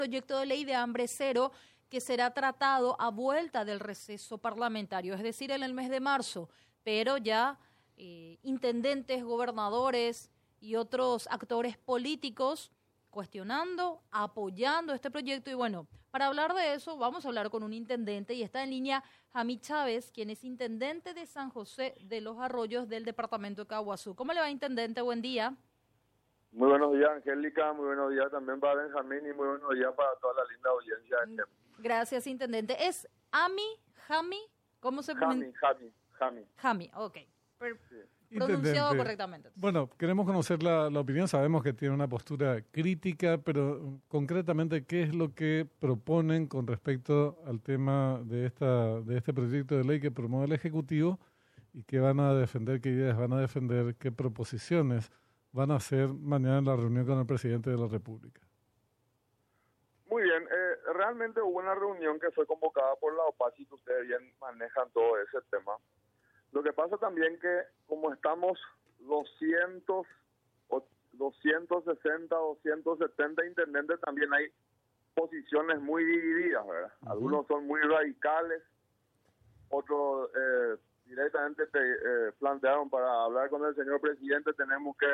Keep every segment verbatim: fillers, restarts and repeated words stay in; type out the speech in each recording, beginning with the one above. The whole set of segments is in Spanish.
proyecto de ley de hambre cero que será tratado a vuelta del receso parlamentario, es decir, en el mes de marzo, pero ya eh, intendentes, gobernadores y otros actores políticos cuestionando, apoyando este proyecto. Y bueno, para hablar de eso vamos a hablar con un intendente y está en línea Jami Chávez, quien es intendente de San José de los Arroyos del departamento de Caguazú. ¿Cómo le va, intendente? Buen día. Muy buenos días, Angélica, muy buenos días también para Benjamín y muy buenos días para toda la linda audiencia. Gracias, intendente. ¿Es Ami, Jami? ¿Cómo se pronuncia? Jami, Jami, Jami. Jami, ok. Per Sí. Pronunciado Intendente, correctamente. Bueno, queremos conocer la, la opinión, sabemos que tiene una postura crítica, pero concretamente, ¿qué es lo que proponen con respecto al tema de esta de este proyecto de ley que promueve el Ejecutivo y qué van a defender, qué ideas van a defender, qué proposiciones van a hacer mañana en la reunión con el presidente de la República? Muy bien, eh, realmente hubo una reunión que fue convocada por la OPACI, que ustedes bien manejan todo ese tema. Lo que pasa también que como estamos doscientos, doscientos sesenta, doscientos setenta intendentes, también hay posiciones muy divididas, ¿verdad? Uh-huh. Algunos son muy radicales, otros eh, directamente te eh, plantearon para hablar con el señor presidente, tenemos que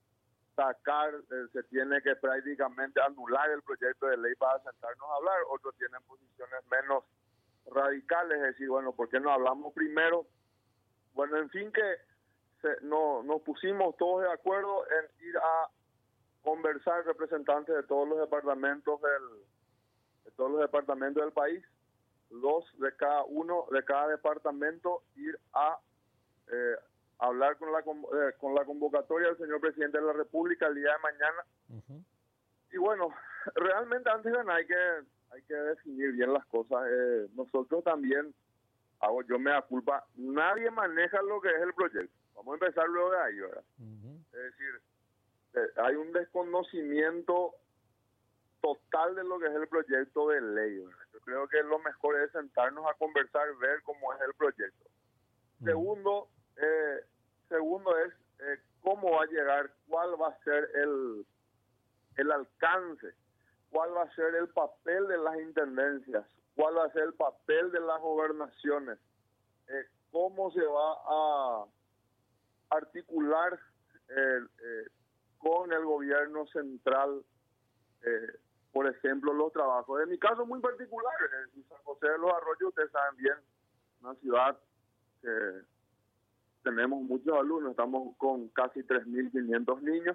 sacar, eh, se tiene que prácticamente anular el proyecto de ley para sentarnos a hablar. Otros tienen posiciones menos radicales, es decir, bueno, ¿por qué no hablamos primero? Bueno, en fin, que se, no, nos pusimos todos de acuerdo en ir a conversar representantes de todos los departamentos del, de todos los departamentos del país, dos de cada uno, de cada departamento, ir a eh, hablar con la eh, con la convocatoria del señor presidente de la República el día de mañana. Uh-huh. Y bueno, realmente antes de nada hay que hay que definir bien las cosas. Eh, nosotros también, hago yo me da culpa, nadie maneja lo que es el proyecto. Vamos a empezar luego de ahí, ¿verdad? Uh-huh. Es decir, eh, hay un desconocimiento total de lo que es el proyecto de ley, ¿verdad? Yo creo que lo mejor es sentarnos a conversar, ver cómo es el proyecto. Uh-huh. Segundo, Eh, segundo es eh, cómo va a llegar, cuál va a ser el, el alcance, cuál va a ser el papel de las intendencias, cuál va a ser el papel de las gobernaciones, eh, cómo se va a articular eh, eh, con el gobierno central, eh, por ejemplo, los trabajos. En mi caso muy particular, en San José de los Arroyos, ustedes saben bien, una ciudad que eh, tenemos muchos alumnos, estamos con casi tres mil quinientos niños.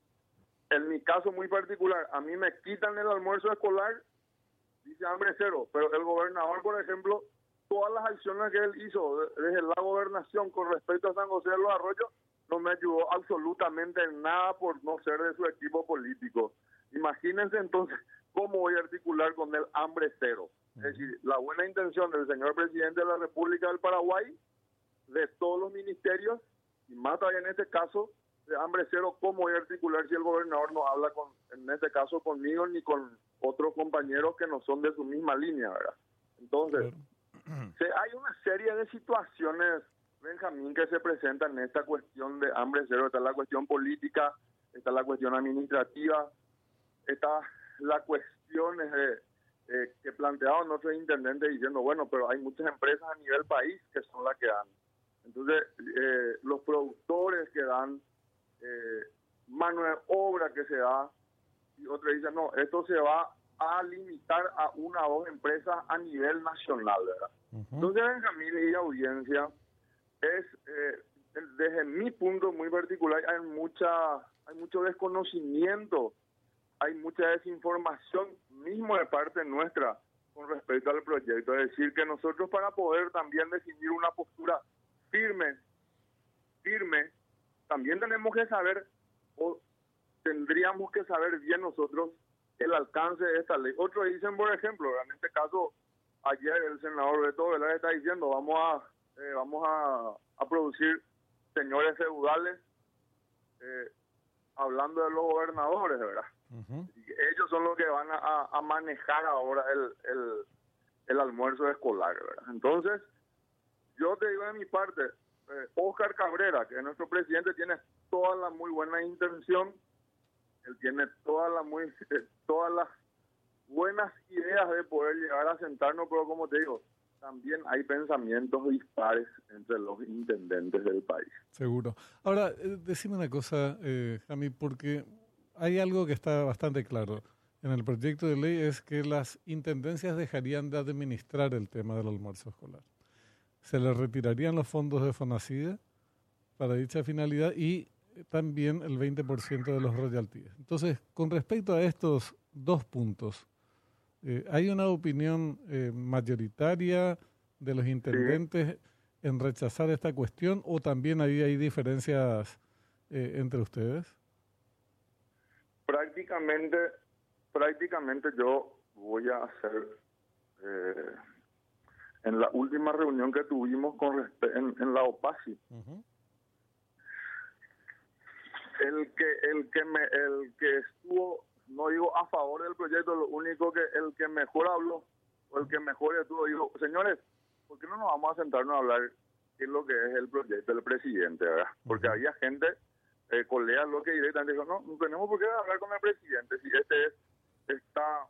En mi caso muy particular, a mí me quitan el almuerzo escolar, dice hambre cero, pero el gobernador, por ejemplo, todas las acciones que él hizo desde la gobernación con respecto a San José de los Arroyos, no me ayudó absolutamente en nada por no ser de su equipo político. Imagínense entonces cómo voy a articular con el hambre cero. Uh-huh. Es decir, la buena intención del señor presidente de la República del Paraguay, de todos los ministerios, y más todavía en este caso de hambre cero, cómo voy a articular si el gobernador no habla con, en este caso conmigo ni con otros compañeros que no son de su misma línea, ¿verdad? Entonces, claro. se, hay una serie de situaciones, Benjamín, que se presentan en esta cuestión de hambre cero. Está la cuestión política, está la cuestión administrativa, está la cuestión de, eh, que planteaban otros intendentes diciendo, bueno, pero hay muchas empresas a nivel país que son las que dan. Entonces, eh, los productores que dan, eh, mano de obra que se da, y otros dicen, no, esto se va a limitar a una o dos empresas a nivel nacional, ¿verdad? Uh-huh. Entonces, Benjamín y audiencia, es, eh, desde mi punto muy particular, hay mucha, hay mucho desconocimiento, hay mucha desinformación mismo de parte nuestra con respecto al proyecto. Es decir, que nosotros para poder también definir una postura firme, firme, también tenemos que saber, o tendríamos que saber bien nosotros el alcance de esta ley. Otros dicen, por ejemplo, en este caso, ayer el senador Beto Velar está diciendo, vamos a eh, vamos a, a producir señores feudales, eh, hablando de los gobernadores, ¿verdad? Uh-huh. Ellos son los que van a, a manejar ahora el, el, el almuerzo escolar, ¿verdad? Entonces, yo te digo de mi parte, eh, Óscar Cabrera, que nuestro presidente, tiene toda la muy buena intención, él tiene toda la muy, eh, todas las buenas ideas de poder llegar a sentarnos, pero como te digo, también hay pensamientos dispares entre los intendentes del país. Seguro. Ahora, eh, decime una cosa, eh, Jami, porque hay algo que está bastante claro en el proyecto de ley, es que las intendencias dejarían de administrar el tema del almuerzo escolar. Se les retirarían los fondos de Fonacide para dicha finalidad y también el veinte por ciento de los royalties. Entonces, con respecto a estos dos puntos, eh, ¿hay una opinión eh, mayoritaria de los intendentes sí. en rechazar esta cuestión o también ahí hay diferencias eh, entre ustedes? Prácticamente, prácticamente yo voy a hacer, eh, en la última reunión que tuvimos con en, en la OPASI, uh-huh. el que el que me el que estuvo, no digo a favor del proyecto, lo único que el que mejor habló o el que mejor estuvo dijo, señores, ¿por qué no nos vamos a sentarnos a hablar qué es lo que es el proyecto del presidente, verdad? Porque uh-huh. había gente, eh, colegas, lo que directamente dijo, no, no tenemos por qué hablar con el presidente, si este es está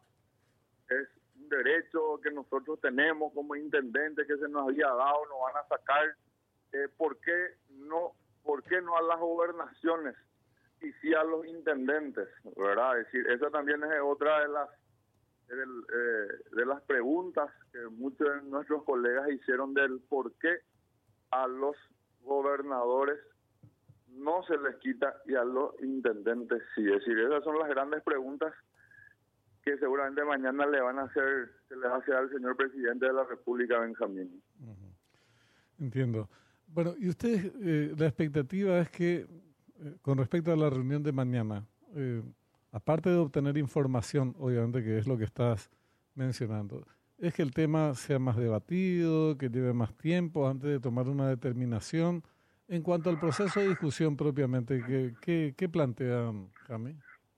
es un derecho que nosotros tenemos como intendente que se nos había dado, nos van a sacar, eh, ¿por qué no, por qué no a las gobernaciones y sí a los intendentes, verdad? Es decir, esa también es otra de las de, eh, de las preguntas que muchos de nuestros colegas hicieron del por qué a los gobernadores no se les quita y a los intendentes sí. Es decir, esas son las grandes preguntas que seguramente mañana le van a hacer, se les va a hacer al señor presidente de la República, Benjamín. Uh-huh. Entiendo. Bueno, y ustedes, eh, la expectativa es que, eh, con respecto a la reunión de mañana, eh, aparte de obtener información, obviamente que es lo que estás mencionando, es que el tema sea más debatido, que lleve más tiempo antes de tomar una determinación. En cuanto al proceso de discusión propiamente, ¿qué, qué, qué plantean, Jami?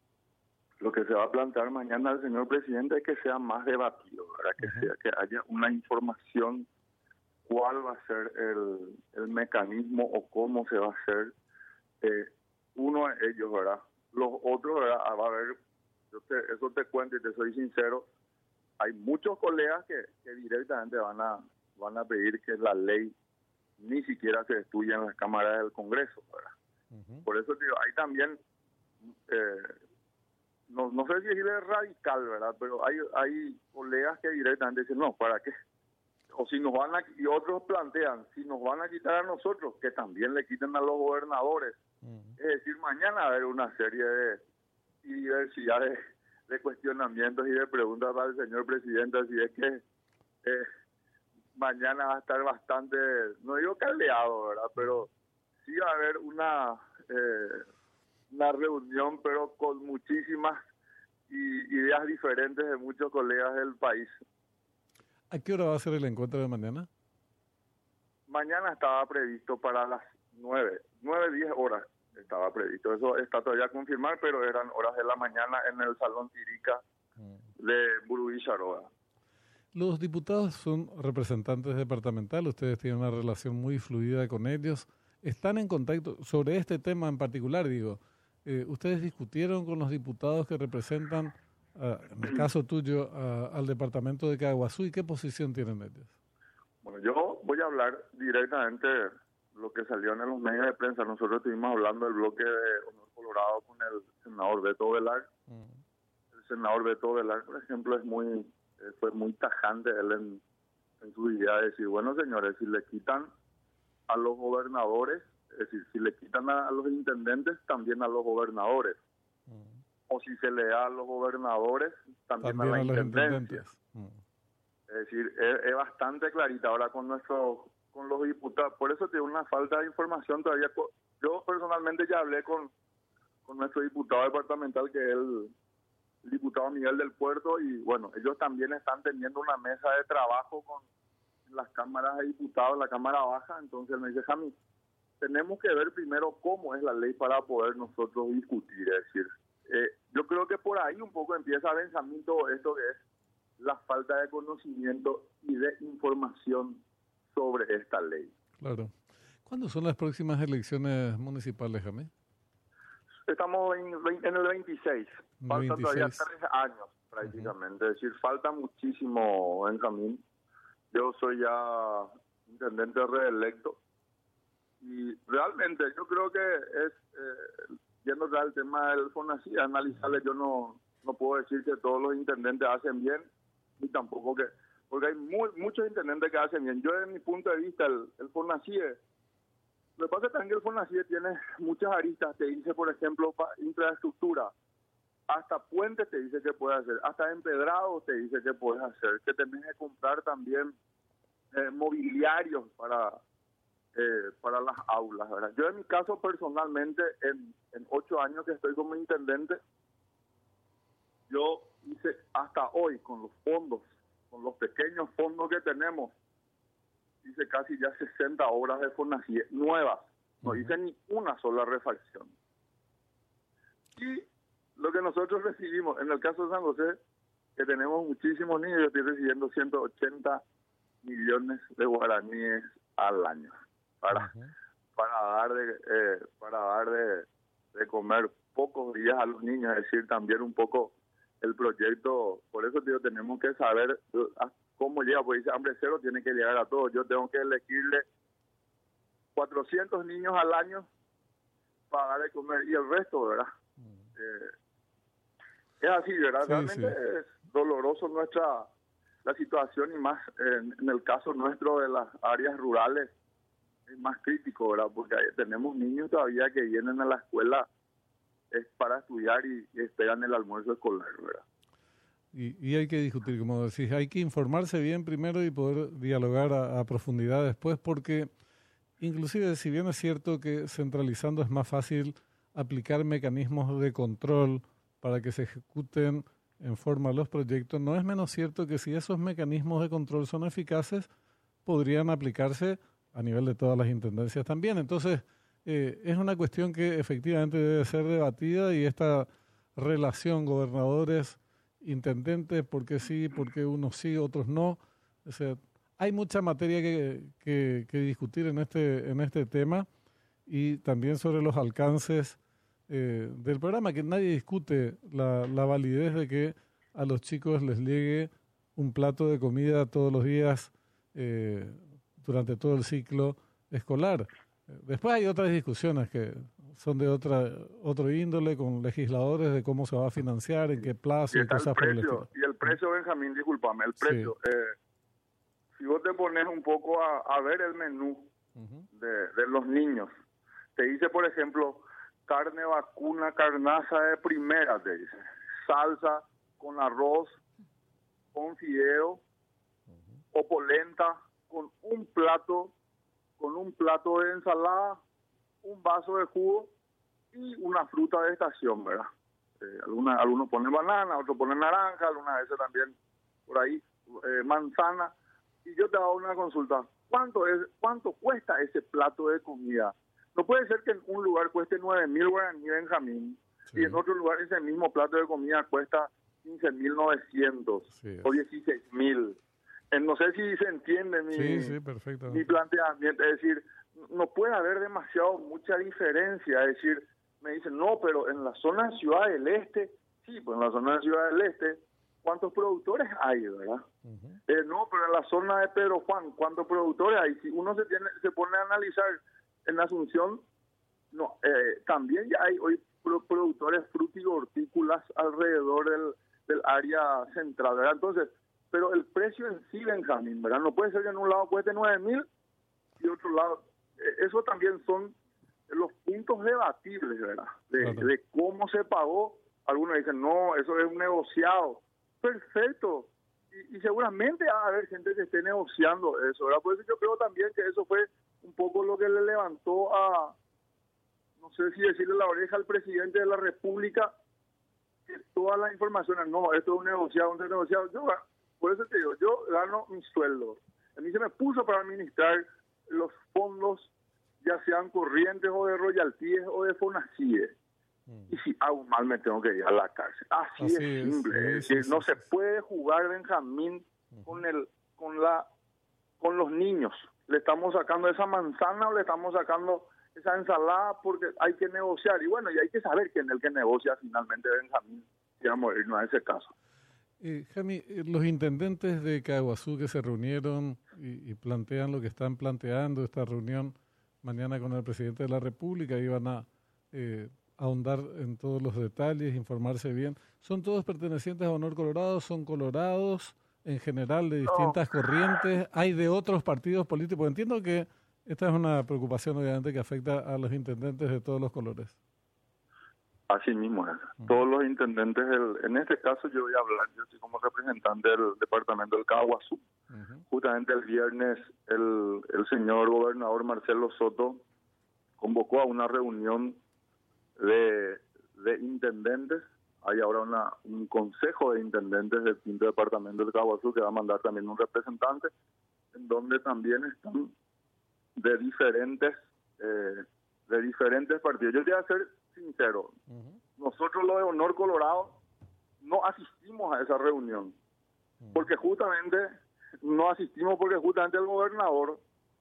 Lo que se va a plantear mañana al señor presidente es que sea más debatido, ¿verdad? Que uh-huh. sea que haya una información cuál va a ser el, el mecanismo o cómo se va a hacer eh, uno de ellos, ¿verdad? Los otros, ¿verdad? Va a haber, yo te, eso te cuento y te soy sincero, hay muchos colegas que, que directamente van a van a pedir que la ley ni siquiera se estudie en las cámaras del Congreso, ¿verdad? Uh-huh. Por eso digo, hay también eh, No, no sé si es radical, ¿verdad? Pero hay hay colegas que directamente dicen, no, ¿para qué? O si nos van a, y otros plantean, si nos van a quitar a nosotros, que también le quiten a los gobernadores. Uh-huh. Es decir, mañana va a haber una serie de y diversidad de, de cuestionamientos y de preguntas para el señor presidente, así es que eh, mañana va a estar bastante, no digo caldeado, ¿verdad? Pero sí va a haber una... Eh, una reunión, pero con muchísimas y, ideas diferentes de muchos colegas del país. ¿A qué hora va a ser el encuentro de mañana? Mañana estaba previsto para las nueve, nueve, diez horas estaba previsto. Eso está todavía a confirmar, pero eran horas de la mañana en el Salón Tirica de Buruí Charoa. Los diputados son representantes departamentales, ustedes tienen una relación muy fluida con ellos. ¿Están en contacto sobre este tema en particular, digo? Eh, ¿Ustedes discutieron con los diputados que representan, uh, en el caso tuyo, uh, al departamento de Caguazú y qué posición tienen ellos? Bueno, yo voy a hablar directamente de lo que salió en los medios de prensa. Nosotros estuvimos hablando del bloque de Honor Colorado con el senador Beto Velar. Uh-huh. El senador Beto Velar, por ejemplo, es muy eh, fue muy tajante él en, en su idea de decir, bueno, señores, si le quitan a los gobernadores, es decir, si le quitan a, a los intendentes, también a los gobernadores. Uh-huh. O si se le da a los gobernadores, también, también a la a intendencia. Uh-huh. Es decir, es, es bastante clarita ahora con nuestro, con los diputados. Por eso tiene una falta de información todavía. Yo personalmente ya hablé con, con nuestro diputado departamental, que es el, el diputado Miguel del Puerto, y bueno, ellos también están teniendo una mesa de trabajo con las cámaras de diputados, la Cámara Baja. Entonces me dice, Jami, tenemos que ver primero cómo es la ley para poder nosotros discutir. Es decir, eh, yo creo que por ahí un poco empieza Benjamín todo esto que es la falta de conocimiento y de información sobre esta ley. Claro. ¿Cuándo son las próximas elecciones municipales, Jami? Estamos en, en el veintiséis. Faltan todavía tres años. prácticamente. Uh-huh. Es decir, falta muchísimo, Benjamín. Yo soy ya intendente reelecto y realmente yo creo que es, eh, yendo al tema del FONACIE, analizarle, yo no, no puedo decir que todos los intendentes hacen bien, ni tampoco que, porque hay muy, muchos intendentes que hacen bien. Yo, desde mi punto de vista, el, el FONACIE, lo que pasa es que el FONACIE tiene muchas aristas. Te dice, por ejemplo, infraestructura, hasta puentes te dice que puedes hacer, hasta empedrados te dice que puedes hacer, que tenés que comprar también eh, mobiliarios para eh, para las aulas, ¿verdad? Yo en mi caso personalmente, en, en ocho años que estoy como intendente, yo hice hasta hoy con los fondos, con los pequeños fondos que tenemos, hice casi ya sesenta obras de FONACIE nuevas, no hice ni una sola refacción. Y lo que nosotros recibimos, en el caso de San José, que tenemos muchísimos niños, yo estoy recibiendo ciento ochenta millones de guaraníes al año para uh-huh. para dar de eh, para dar de, de comer pocos días a los niños, es decir, también un poco el proyecto. Por eso, tío, tenemos que saber cómo llega, porque dice hambre cero tiene que llegar a todos. Yo tengo que elegirle cuatrocientos niños al año para dar de comer y el resto, ¿verdad? Uh-huh. Eh, es así, ¿verdad? Sí, realmente sí. Es doloroso nuestra la situación, y más en, en el caso nuestro de las áreas rurales es más crítico, ¿verdad? Porque tenemos niños todavía que vienen a la escuela es para estudiar y, y esperan el almuerzo escolar, ¿verdad? Y, y hay que discutir, como decís, hay que informarse bien primero y poder dialogar a, a profundidad después, porque inclusive si bien es cierto que centralizando es más fácil aplicar mecanismos de control para que se ejecuten en forma los proyectos, no es menos cierto que si esos mecanismos de control son eficaces, podrían aplicarse a nivel de todas las intendencias también. Entonces, eh, es una cuestión que efectivamente debe ser debatida, y esta relación gobernadores-intendentes, por qué sí, por qué unos sí, otros no. O sea, hay mucha materia que, que, que discutir en este, en este tema, y también sobre los alcances Eh, del programa, que nadie discute la, la validez de que a los chicos les llegue un plato de comida todos los días eh, durante todo el ciclo escolar. Después hay otras discusiones que son de otra otro índole, con legisladores, de cómo se va a financiar, en qué plazo y, y cosas por el estilo. Y el precio, Benjamín, discúlpame, el precio. Sí. Eh, si vos te pones un poco a, a ver el menú uh-huh. de, de los niños, te dice, por ejemplo, carne vacuna, carnaza de primera, te dice. Salsa con arroz, con fideo, uh-huh. o polenta, con un plato, con un plato de ensalada, un vaso de jugo y una fruta de estación, ¿verdad? Eh, alguna, algunos ponen banana, otros ponen naranja, algunas veces también por ahí eh, manzana. Y yo te hago una consulta. ¿Cuánto es, cuánto cuesta ese plato de comida? No puede ser que en un lugar cueste nueve mil guaraníes, Benjamín, sí. y en otro lugar ese mismo plato de comida cuesta quince mil novecientos sí, o dieciséis mil. No sé si se entiende mi, sí, sí, mi planteamiento. Es decir, no puede haber demasiado mucha diferencia. Es decir, me dicen, no, pero en la zona de Ciudad del Este, sí, pues en la zona de Ciudad del Este, ¿cuántos productores hay, verdad? Uh-huh. Eh, no, pero en la zona de Pedro Juan, ¿cuántos productores hay? Si uno se, tiene, se pone a analizar en Asunción, no, eh, también ya hay hoy pro, productores frutícolas alrededor del, del área central, ¿verdad? Entonces, pero el precio en sí, Benjamín, ¿verdad? No puede ser que en un lado cueste nueve mil y otro lado, eh, eso también son los puntos debatibles, ¿verdad? De, uh-huh. de cómo se pagó. Algunos dicen, no, eso es un negociado. Perfecto. Y, y seguramente va a haber gente que esté negociando eso, ¿verdad? Por eso yo creo también que eso fue un poco lo que le levantó a, no sé si decirle la oreja al presidente de la República, que todas las informaciones, no, esto es un negociado, un negociado. Yo, por eso te digo, yo gano mi sueldo. A mí se me puso para administrar los fondos, ya sean corrientes o de royalties o de FONACIE. Y si hago mal me tengo que ir a la cárcel. Así, Así es simple. Es, es decir, sí, no sí, se sí. puede jugar, Benjamín, uh-huh. con el, con la, con los niños. Le estamos sacando esa manzana o le estamos sacando esa ensalada porque hay que negociar. Y bueno, y hay que saber quién es el que negocia finalmente, Benjamín, si vamos a irnos a ese caso. Eh, Jami, eh, los intendentes de Caguazú que se reunieron y, y plantean lo que están planteando, esta reunión mañana con el presidente de la República, iban a eh, ahondar en todos los detalles, informarse bien. ¿Son todos pertenecientes a Honor Colorado? ¿Son colorados en general de distintas no. corrientes? ¿Hay de otros partidos políticos? Entiendo que esta es una preocupación obviamente que afecta a los intendentes de todos los colores. Así mismo es. Uh-huh. Todos los intendentes, del, en este caso yo voy a hablar, yo soy como representante del departamento del Caguazú. Uh-huh. Justamente el viernes el, el señor gobernador Marcelo Soto convocó a una reunión de, de intendentes. Hay ahora una, un consejo de intendentes del quinto departamento del Caguazú que va a mandar también un representante, en donde también están de diferentes, eh, de diferentes partidos. Yo te voy a ser sincero, uh-huh. nosotros los de Honor Colorado no asistimos a esa reunión, uh-huh. porque justamente no asistimos porque justamente el gobernador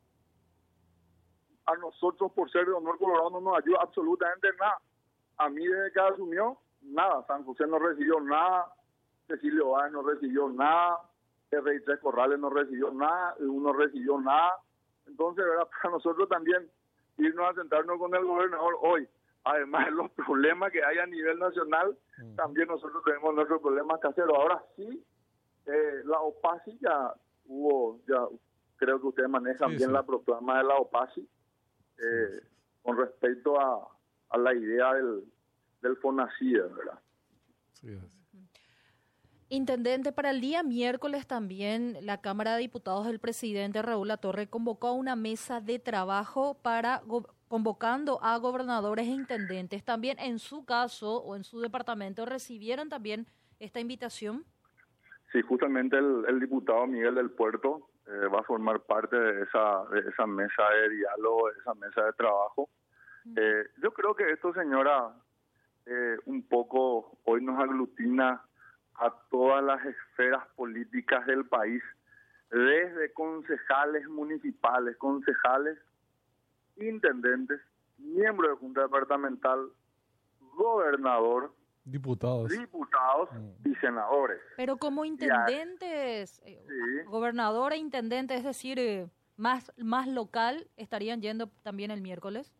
a nosotros por ser de Honor Colorado no nos ayuda absolutamente nada. A mí desde que asumió, nada. San José no recibió nada, Cecilio Báez no recibió nada, R I tres Corrales no recibió nada, uno recibió nada. Entonces, ¿verdad? Para nosotros también irnos a sentarnos con el gobernador hoy, además de los problemas que hay a nivel nacional, uh-huh. también nosotros tenemos nuestros problemas caseros. Ahora sí, eh, la OPASI ya hubo, ya creo que ustedes manejan sí, bien sí. la proclama de la OPASI eh, sí, sí. con respecto a, a la idea del, del FONACIDE, ¿verdad? Sí, sí. Intendente, para el día miércoles también la Cámara de Diputados del presidente Raúl Latorre convocó a una mesa de trabajo para go- convocando a gobernadores e intendentes. También en su caso o en su departamento recibieron también esta invitación. Sí, justamente el, el diputado Miguel del Puerto eh, va a formar parte de esa, de esa mesa de diálogo, de esa mesa de trabajo. Mm. Eh, yo creo que esto, señora, eh, un poco hoy nos aglutina a todas las esferas políticas del país, desde concejales municipales, concejales, intendentes, miembros de Junta Departamental, gobernador, diputados, diputados mm. y senadores. Pero como intendentes, eh, sí. gobernador e intendente, es decir, eh, más, más local, ¿estarían yendo también el miércoles?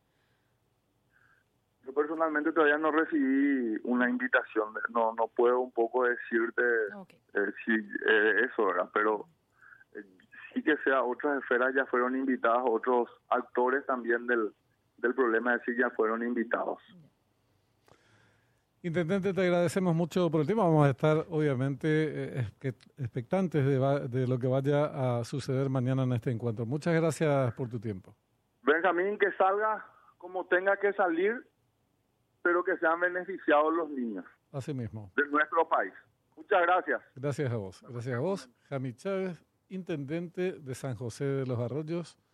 Yo personalmente todavía no recibí una invitación, no no puedo un poco decirte okay. eh, si eh, eso, ¿verdad? Pero eh, sí que sea, otras esferas ya fueron invitadas, otros actores también del, del problema de sí ya fueron invitados. Intendente, te agradecemos mucho por el tema. Vamos a estar obviamente eh, expectantes de, va, de lo que vaya a suceder mañana en este encuentro. Muchas gracias por tu tiempo. Benjamín, que salga como tenga que salir, pero que sean beneficiados los niños. Así mismo. De nuestro país. Muchas gracias. Gracias a vos. Gracias a vos. Jami Chávez, intendente de San José de los Arroyos.